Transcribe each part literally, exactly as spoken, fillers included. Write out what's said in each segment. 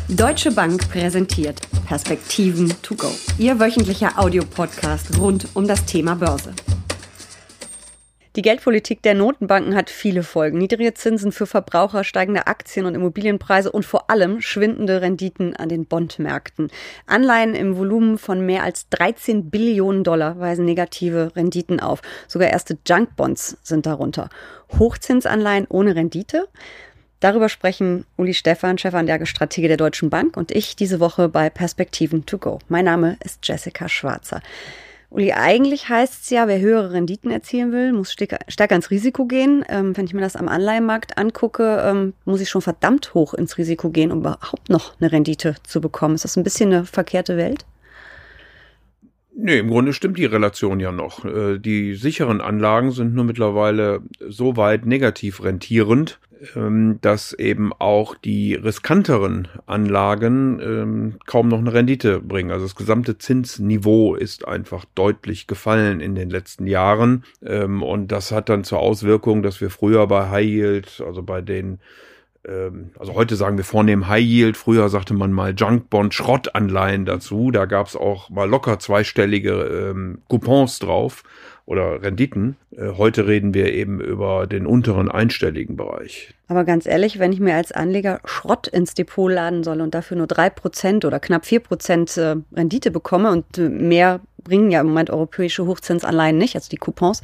Deutsche Bank präsentiert Perspektiven to go. Ihr wöchentlicher Audiopodcast rund um das Thema Börse. Die Geldpolitik der Notenbanken hat viele Folgen. Niedrige Zinsen für Verbraucher, steigende Aktien- und Immobilienpreise und vor allem schwindende Renditen an den Bondmärkten. Anleihen im Volumen von mehr als dreizehn Billionen Dollar weisen negative Renditen auf. Sogar erste Junkbonds sind darunter. Hochzinsanleihen ohne Rendite? Darüber sprechen Uli Stephan, Chefanlagestratege der Deutschen Bank, und ich diese Woche bei Perspektiven to go. Mein Name ist Jessica Schwarzer. Uli, eigentlich heißt es ja, wer höhere Renditen erzielen will, muss stärker ins Risiko gehen. Ähm, wenn ich mir das am Anleihenmarkt angucke, ähm, muss ich schon verdammt hoch ins Risiko gehen, um überhaupt noch eine Rendite zu bekommen. Ist das ein bisschen eine verkehrte Welt? Nee, im Grunde stimmt die Relation ja noch. Die sicheren Anlagen sind nur mittlerweile so weit negativ rentierend, dass eben auch die riskanteren Anlagen kaum noch eine Rendite bringen. Also das gesamte Zinsniveau ist einfach deutlich gefallen in den letzten Jahren. Und das hat dann zur Auswirkung, dass wir früher bei High Yield, also bei den Also heute sagen wir vornehm High Yield, früher sagte man mal Junkbond, Schrottanleihen dazu. Da gab es auch mal locker zweistellige ähm, Coupons drauf oder Renditen. Äh, heute reden wir eben über den unteren einstelligen Bereich. Aber ganz ehrlich, wenn ich mir als Anleger Schrott ins Depot laden soll und dafür nur drei Prozent oder knapp vier Prozent äh, Rendite bekomme und äh, mehr bringen ja im Moment europäische Hochzinsanleihen nicht, also die Coupons,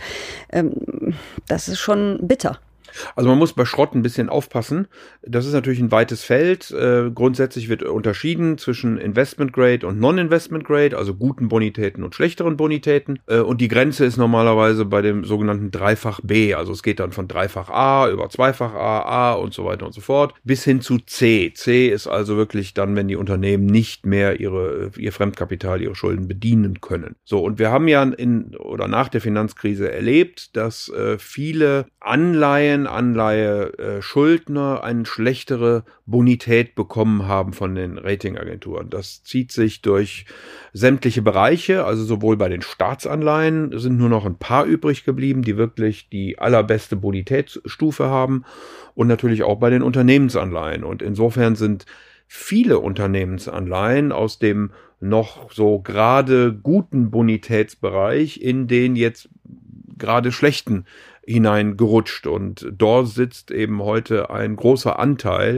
ähm, das ist schon bitter. Also man muss bei Schrott ein bisschen aufpassen. Das ist natürlich ein weites Feld. Äh, grundsätzlich wird unterschieden zwischen Investment Grade und Non-Investment Grade, also guten Bonitäten und schlechteren Bonitäten. Äh, und die Grenze ist normalerweise bei dem sogenannten Dreifach B. Also es geht dann von Dreifach A über Zweifach A, A und so weiter und so fort, bis hin zu C. C ist also wirklich dann, wenn die Unternehmen nicht mehr ihre, ihr Fremdkapital, ihre Schulden bedienen können. So, und wir haben ja in oder nach der Finanzkrise erlebt, dass äh, viele Anleihen, Anleihe, äh, Schuldner eine schlechtere Bonität bekommen haben von den Ratingagenturen. Das zieht sich durch sämtliche Bereiche, also sowohl bei den Staatsanleihen sind nur noch ein paar übrig geblieben, die wirklich die allerbeste Bonitätsstufe haben, und natürlich auch bei den Unternehmensanleihen. Und insofern sind viele Unternehmensanleihen aus dem noch so gerade guten Bonitätsbereich in den jetzt gerade schlechten hineingerutscht, und dort sitzt eben heute ein großer Anteil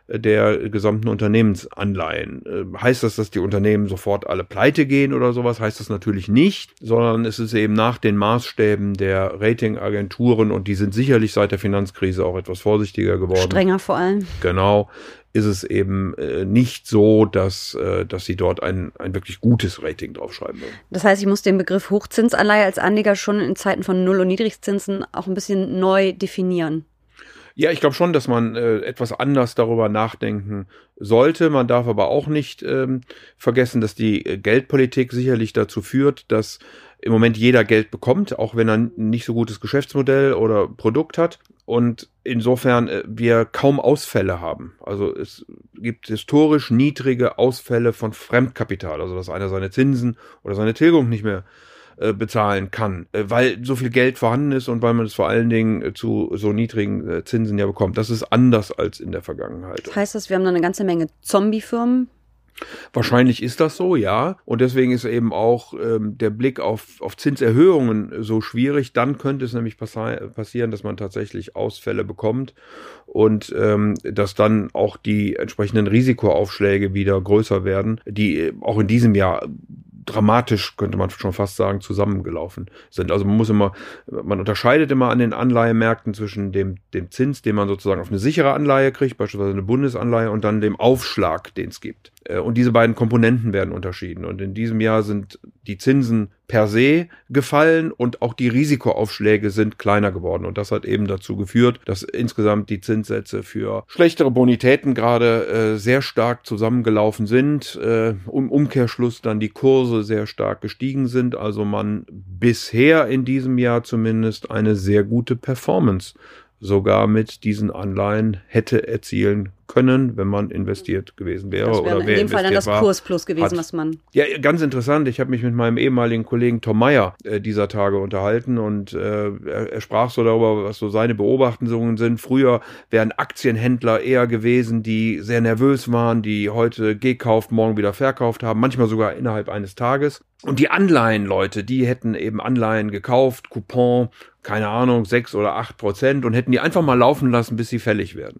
der gesamten Unternehmensanleihen. Heißt das, dass die Unternehmen sofort alle pleite gehen oder sowas? Heißt das natürlich nicht, sondern es ist eben nach den Maßstäben der Ratingagenturen, und die sind sicherlich seit der Finanzkrise auch etwas vorsichtiger geworden. Strenger vor allem. Genau. Ist es eben äh, nicht so, dass, äh, dass sie dort ein, ein wirklich gutes Rating draufschreiben würden. Das heißt, ich muss den Begriff Hochzinsanleihe als Anleger schon in Zeiten von Null- und Niedrigzinsen auch ein bisschen neu definieren. Ja, ich glaube schon, dass man äh, etwas anders darüber nachdenken sollte. Man darf aber auch nicht ähm, vergessen, dass die äh, Geldpolitik sicherlich dazu führt, dass im Moment jeder Geld bekommt, auch wenn er ein nicht so gutes Geschäftsmodell oder Produkt hat. Und insofern äh, wir kaum Ausfälle haben. Also es gibt historisch niedrige Ausfälle von Fremdkapital, also dass einer seine Zinsen oder seine Tilgung nicht mehr äh, bezahlen kann, äh, weil so viel Geld vorhanden ist und weil man es vor allen Dingen äh, zu so niedrigen äh, Zinsen ja bekommt. Das ist anders als in der Vergangenheit. Das heißt, dass wir haben da eine ganze Menge Zombie-Firmen? Wahrscheinlich ist das so, ja. Und deswegen ist eben auch ähm, der Blick auf, auf Zinserhöhungen so schwierig. Dann könnte es nämlich passi- passieren, dass man tatsächlich Ausfälle bekommt und ähm, dass dann auch die entsprechenden Risikoaufschläge wieder größer werden, die auch in diesem Jahr dramatisch, könnte man schon fast sagen, zusammengelaufen sind. Also man muss immer, man unterscheidet immer an den Anleihemärkten zwischen dem, dem Zins, den man sozusagen auf eine sichere Anleihe kriegt, beispielsweise eine Bundesanleihe, und dann dem Aufschlag, den es gibt. Und diese beiden Komponenten werden unterschieden. Und in diesem Jahr sind die Zinsen per se gefallen und auch die Risikoaufschläge sind kleiner geworden. Und das hat eben dazu geführt, dass insgesamt die Zinssätze für schlechtere Bonitäten gerade äh, sehr stark zusammengelaufen sind. Äh, Im Umkehrschluss dann die Kurse sehr stark gestiegen sind. Also man bisher in diesem Jahr zumindest eine sehr gute Performance sogar mit diesen Anleihen hätte erzielen können, wenn man investiert gewesen wäre. Das wäre oder in wer dem Fall dann das war, Kursplus gewesen, hat, was man... Ja, ganz interessant. Ich habe mich mit meinem ehemaligen Kollegen Tom Meyer äh, dieser Tage unterhalten und äh, er, er sprach so darüber, was so seine Beobachtungen sind. Früher wären Aktienhändler eher gewesen, die sehr nervös waren, die heute gekauft, morgen wieder verkauft haben, manchmal sogar innerhalb eines Tages. Und die Anleihenleute, die hätten eben Anleihen gekauft, Coupon, keine Ahnung, sechs oder acht Prozent und hätten die einfach mal laufen lassen, bis sie fällig werden.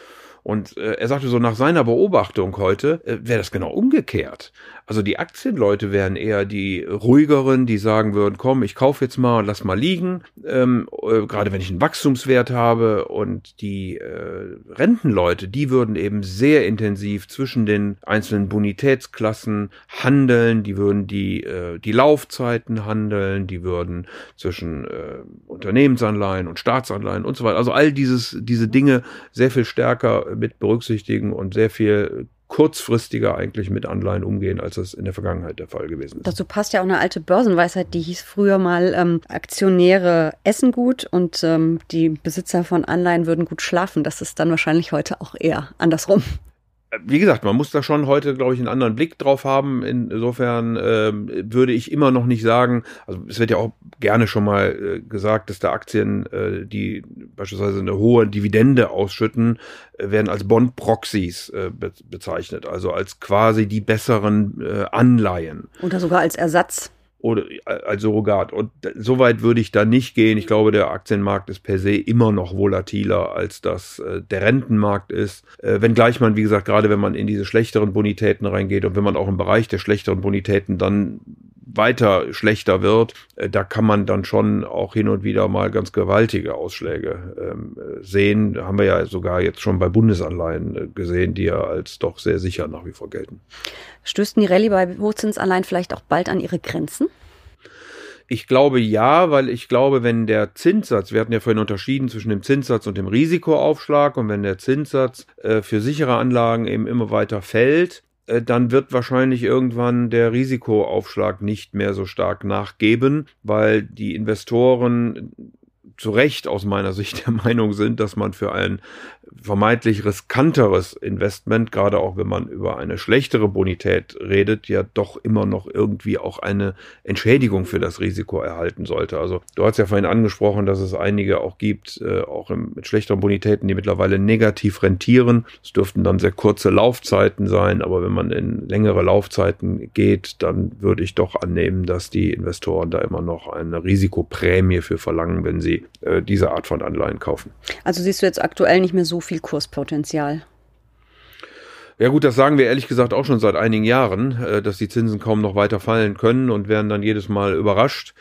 Und äh, er sagte so, nach seiner Beobachtung heute äh, wäre das genau umgekehrt. Also die Aktienleute wären eher die ruhigeren, die sagen würden, komm, ich kaufe jetzt mal und lass mal liegen, ähm, äh, gerade wenn ich einen Wachstumswert habe. Und die äh, Rentenleute, die würden eben sehr intensiv zwischen den einzelnen Bonitätsklassen handeln, die würden die, äh, die Laufzeiten handeln, die würden zwischen äh, Unternehmensanleihen und Staatsanleihen und so weiter, also all dieses, diese Dinge sehr viel stärker mit berücksichtigen und sehr viel kurzfristiger eigentlich mit Anleihen umgehen, als das in der Vergangenheit der Fall gewesen ist. Dazu passt ja auch eine alte Börsenweisheit, die hieß früher mal, ähm, Aktionäre essen gut und ähm, die Besitzer von Anleihen würden gut schlafen. Das ist dann wahrscheinlich heute auch eher andersrum. Wie gesagt, man muss da schon heute, glaube ich, einen anderen Blick drauf haben. Insofern äh, würde ich immer noch nicht sagen, also es wird ja auch gerne schon mal äh, gesagt, dass da Aktien, äh, die beispielsweise eine hohe Dividende ausschütten, äh, werden als Bond-Proxys äh, be- bezeichnet, also als quasi die besseren äh, Anleihen. Oder sogar als Ersatz. Oder als Surrogat. Und so weit würde ich da nicht gehen. Ich glaube, der Aktienmarkt ist per se immer noch volatiler, als das äh, der Rentenmarkt ist. Äh, wenngleich man, wie gesagt, gerade wenn man in diese schlechteren Bonitäten reingeht und wenn man auch im Bereich der schlechteren Bonitäten dann weiter schlechter wird, äh, da kann man dann schon auch hin und wieder mal ganz gewaltige Ausschläge ähm, sehen. Haben wir ja sogar jetzt schon bei Bundesanleihen äh, gesehen, die ja als doch sehr sicher nach wie vor gelten. Stößt die Rallye bei Hochzinsanleihen vielleicht auch bald an ihre Grenzen? Ich glaube ja, weil ich glaube, wenn der Zinssatz, wir hatten ja vorhin unterschieden zwischen dem Zinssatz und dem Risikoaufschlag, und wenn der Zinssatz äh, für sichere Anlagen eben immer weiter fällt, äh, dann wird wahrscheinlich irgendwann der Risikoaufschlag nicht mehr so stark nachgeben, weil die Investoren zu Recht aus meiner Sicht der Meinung sind, dass man für ein vermeintlich riskanteres Investment, gerade auch wenn man über eine schlechtere Bonität redet, ja doch immer noch irgendwie auch eine Entschädigung für das Risiko erhalten sollte. Also du hast ja vorhin angesprochen, dass es einige auch gibt, äh, auch im, mit schlechteren Bonitäten, die mittlerweile negativ rentieren. Es dürften dann sehr kurze Laufzeiten sein, aber wenn man in längere Laufzeiten geht, dann würde ich doch annehmen, dass die Investoren da immer noch eine Risikoprämie für verlangen, wenn sie äh, diese Art von Anleihen kaufen. Also siehst du jetzt aktuell nicht mehr so viel Kurspotenzial? Ja gut, das sagen wir ehrlich gesagt auch schon seit einigen Jahren, äh, dass die Zinsen kaum noch weiter fallen können und werden dann jedes Mal überrascht.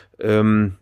Ähm,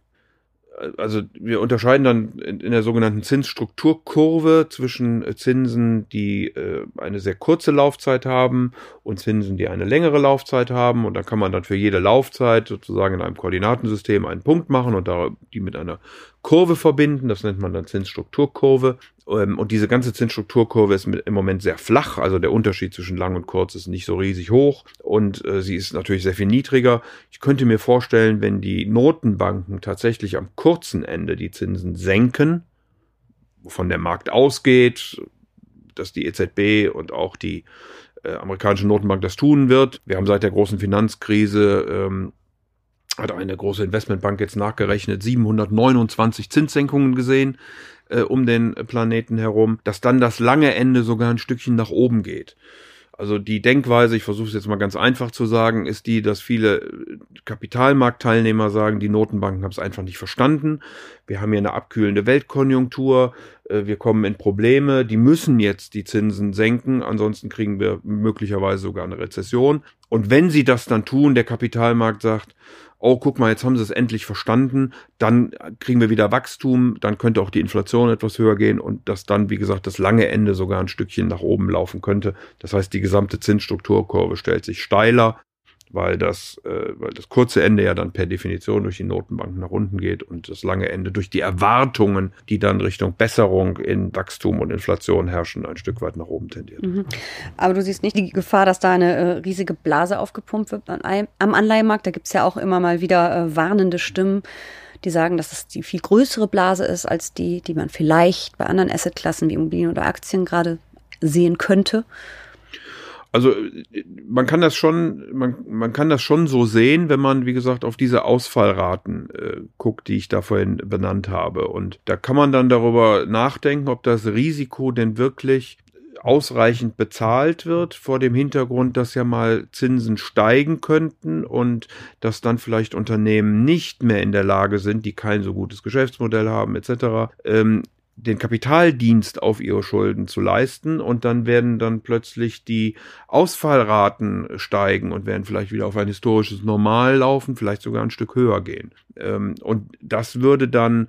also wir unterscheiden dann in, in der sogenannten Zinsstrukturkurve zwischen Zinsen, die äh, eine sehr kurze Laufzeit haben und Zinsen, die eine längere Laufzeit haben. Und da kann man dann für jede Laufzeit sozusagen in einem Koordinatensystem einen Punkt machen und da die mit einer Kurve verbinden. Das nennt man dann Zinsstrukturkurve. Und diese ganze Zinsstrukturkurve ist im Moment sehr flach, also der Unterschied zwischen lang und kurz ist nicht so riesig hoch und äh, sie ist natürlich sehr viel niedriger. Ich könnte mir vorstellen, wenn die Notenbanken tatsächlich am kurzen Ende die Zinsen senken, wovon der Markt ausgeht, dass die E Z B und auch die äh, amerikanische Notenbank das tun wird. Wir haben seit der großen Finanzkrise ähm, hat eine große Investmentbank jetzt nachgerechnet, siebenhundertneunundzwanzig Zinssenkungen gesehen äh, um den Planeten herum, dass dann das lange Ende sogar ein Stückchen nach oben geht. Also die Denkweise, ich versuche es jetzt mal ganz einfach zu sagen, ist die, dass viele Kapitalmarktteilnehmer sagen, die Notenbanken haben es einfach nicht verstanden. Wir haben hier eine abkühlende Weltkonjunktur, wir kommen in Probleme, die müssen jetzt die Zinsen senken, ansonsten kriegen wir möglicherweise sogar eine Rezession. Und wenn sie das dann tun, der Kapitalmarkt sagt, oh, guck mal, jetzt haben sie es endlich verstanden, dann kriegen wir wieder Wachstum, dann könnte auch die Inflation etwas höher gehen und dass dann, wie gesagt, das lange Ende sogar ein Stückchen nach oben laufen könnte. Das heißt, die gesamte Zinsstrukturkurve stellt sich steiler, weil das, äh, weil das kurze Ende ja dann per Definition durch die Notenbanken nach unten geht und das lange Ende durch die Erwartungen, die dann Richtung Besserung in Wachstum und Inflation herrschen, ein Stück weit nach oben tendiert. Mhm. Aber du siehst nicht die Gefahr, dass da eine äh, riesige Blase aufgepumpt wird am, am Anleihenmarkt. Da gibt es ja auch immer mal wieder äh, warnende Stimmen, die sagen, dass es die viel größere Blase ist als die, die man vielleicht bei anderen Assetklassen wie Immobilien oder Aktien gerade sehen könnte? Also man kann das schon, man, man kann das schon so sehen, wenn man, wie gesagt, auf diese Ausfallraten äh, guckt, die ich da vorhin benannt habe. Und da kann man dann darüber nachdenken, ob das Risiko denn wirklich ausreichend bezahlt wird, vor dem Hintergrund, dass ja mal Zinsen steigen könnten und dass dann vielleicht Unternehmen nicht mehr in der Lage sind, die kein so gutes Geschäftsmodell haben, et cetera, ähm, den Kapitaldienst auf ihre Schulden zu leisten, und dann werden dann plötzlich die Ausfallraten steigen und werden vielleicht wieder auf ein historisches Normal laufen, vielleicht sogar ein Stück höher gehen. Ähm, und das würde dann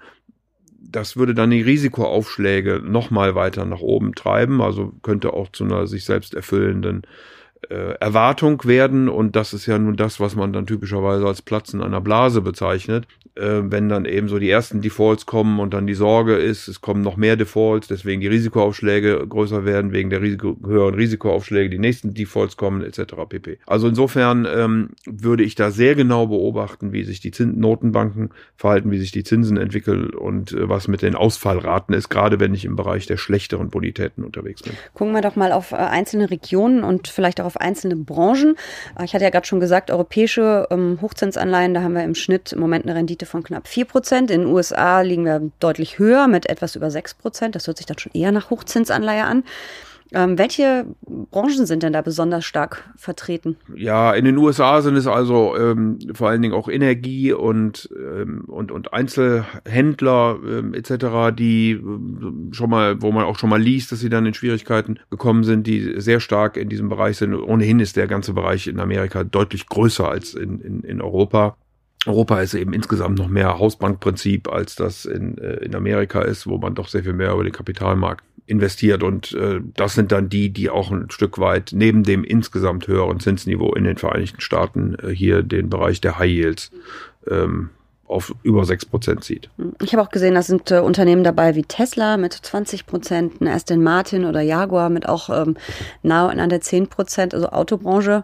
Das würde dann die Risikoaufschläge nochmal weiter nach oben treiben, also könnte auch zu einer sich selbst erfüllenden äh, Erwartung werden, und das ist ja nun das, was man dann typischerweise als Platzen einer Blase bezeichnet, äh, wenn dann eben so die ersten Defaults kommen und dann die Sorge ist, es kommen noch mehr Defaults, deswegen die Risikoaufschläge größer werden, wegen der Risiko, höheren Risikoaufschläge die nächsten Defaults kommen, et cetera pp. Also insofern ähm, würde ich da sehr genau beobachten, wie sich die Zins- Notenbanken verhalten, wie sich die Zinsen entwickeln und äh, was mit den Ausfallraten ist, gerade wenn ich im Bereich der schlechteren Bonitäten unterwegs bin. Gucken wir doch mal auf äh, einzelne Regionen und vielleicht auch auf einzelne Branchen. Äh, ich hatte ja gerade schon gesagt, europäische ähm, Hochzinsanleihen, da haben wir im Schnitt im Moment eine Rendite von knapp vier Prozent. In den U S A liegen wir deutlich höher mit etwas über sechs Prozent. Das hört sich dann schon eher nach Hochzinsanleihe an. Ähm, welche Branchen sind denn da besonders stark vertreten? Ja, in den U S A sind es also ähm, vor allen Dingen auch Energie und ähm, und und Einzelhändler ähm, et cetera, die ähm, schon mal, wo man auch schon mal liest, dass sie dann in Schwierigkeiten gekommen sind, die sehr stark in diesem Bereich sind. Ohnehin ist der ganze Bereich in Amerika deutlich größer als in in, in Europa. Europa ist eben insgesamt noch mehr Hausbankprinzip, als das in, in Amerika ist, wo man doch sehr viel mehr über den Kapitalmarkt investiert. Und äh, das sind dann die, die auch ein Stück weit neben dem insgesamt höheren Zinsniveau in den Vereinigten Staaten äh, hier den Bereich der High Yields ähm, auf über sechs Prozent zieht. Ich habe auch gesehen, da sind äh, Unternehmen dabei wie Tesla mit zwanzig Prozent, ein Aston Martin oder Jaguar mit auch ähm, nahe an der zehn Prozent, also Autobranche.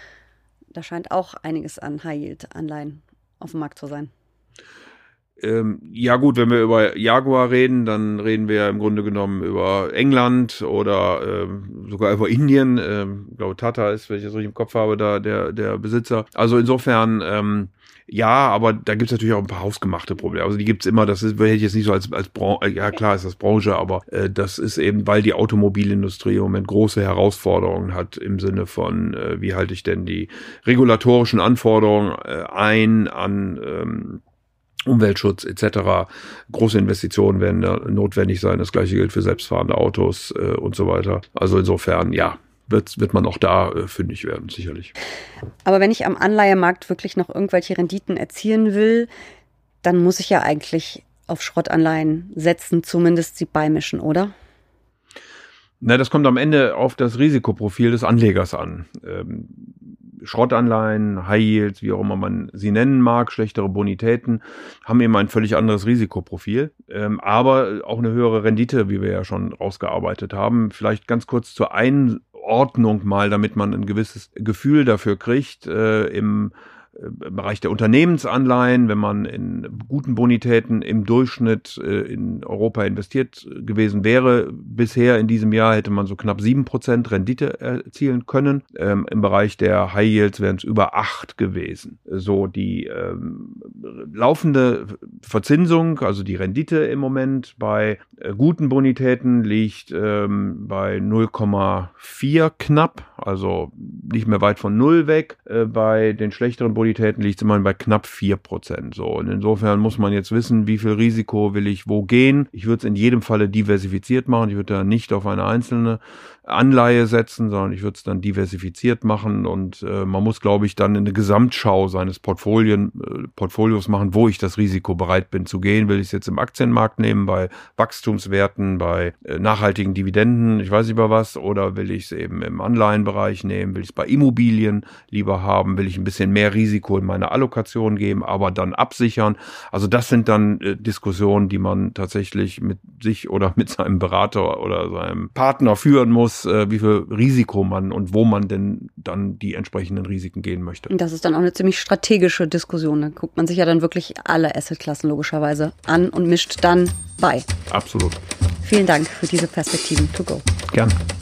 Da scheint auch einiges an High-Yield-Anleihen auf dem Markt zu sein. Ähm, ja gut, wenn wir über Jaguar reden, dann reden wir im Grunde genommen über England oder ähm, sogar über Indien. Ähm, ich glaube, Tata ist, wenn ich das richtig im Kopf habe, da der der Besitzer. Also insofern, ähm, ja, aber da gibt es natürlich auch ein paar hausgemachte Probleme. Also die gibt's immer, das ist, hätte ich jetzt nicht so als, als Branche, ja klar ist das Branche, aber äh, das ist eben, weil die Automobilindustrie im Moment große Herausforderungen hat im Sinne von, äh, wie halte ich denn die regulatorischen Anforderungen äh, ein an ähm, Umweltschutz et cetera. Große Investitionen werden da notwendig sein. Das gleiche gilt für selbstfahrende Autos äh, und so weiter. Also insofern, ja, wird, wird man auch da äh, fündig werden, sicherlich. Aber wenn ich am Anleihemarkt wirklich noch irgendwelche Renditen erzielen will, dann muss ich ja eigentlich auf Schrottanleihen setzen, zumindest sie beimischen, oder? Na, das kommt am Ende auf das Risikoprofil des Anlegers an. Ähm, Schrottanleihen, High Yields, wie auch immer man sie nennen mag, schlechtere Bonitäten, haben eben ein völlig anderes Risikoprofil, ähm, aber auch eine höhere Rendite, wie wir ja schon rausgearbeitet haben. Vielleicht ganz kurz zur Einordnung mal, damit man ein gewisses Gefühl dafür kriegt, äh, im im Bereich der Unternehmensanleihen, wenn man in guten Bonitäten im Durchschnitt äh, in Europa investiert gewesen wäre, bisher in diesem Jahr hätte man so knapp sieben Prozent Rendite erzielen können. Ähm, im Bereich der High Yields wären es über acht gewesen. So die ähm, laufende Verzinsung, also die Rendite im Moment bei äh, guten Bonitäten liegt ähm, bei null Komma vier knapp, also nicht mehr weit von null weg. Äh, bei den schlechteren Bonitäten liegt es immerhin bei knapp vier Prozent. So, und insofern muss man jetzt wissen, wie viel Risiko will ich wo gehen. Ich würde es in jedem Falle diversifiziert machen. Ich würde da nicht auf eine einzelne Anleihe setzen, sondern ich würde es dann diversifiziert machen, und äh, man muss, glaube ich, dann eine Gesamtschau seines Portfolien, äh, Portfolios machen, wo ich das Risiko bereit bin zu gehen. Will ich es jetzt im Aktienmarkt nehmen, bei Wachstumswerten, bei äh, nachhaltigen Dividenden, ich weiß nicht über was, oder will ich es eben im Anleihenbereich nehmen, will ich es bei Immobilien lieber haben, will ich ein bisschen mehr Risiko in meine Allokation geben, aber dann absichern. Also das sind dann äh, Diskussionen, die man tatsächlich mit sich oder mit seinem Berater oder seinem Partner führen muss, wie viel Risiko man und wo man denn dann die entsprechenden Risiken gehen möchte. Das ist dann auch eine ziemlich strategische Diskussion. Da guckt man sich ja dann wirklich alle Assetklassen logischerweise an und mischt dann bei. Absolut. Vielen Dank für diese Perspektiven to go. Gerne.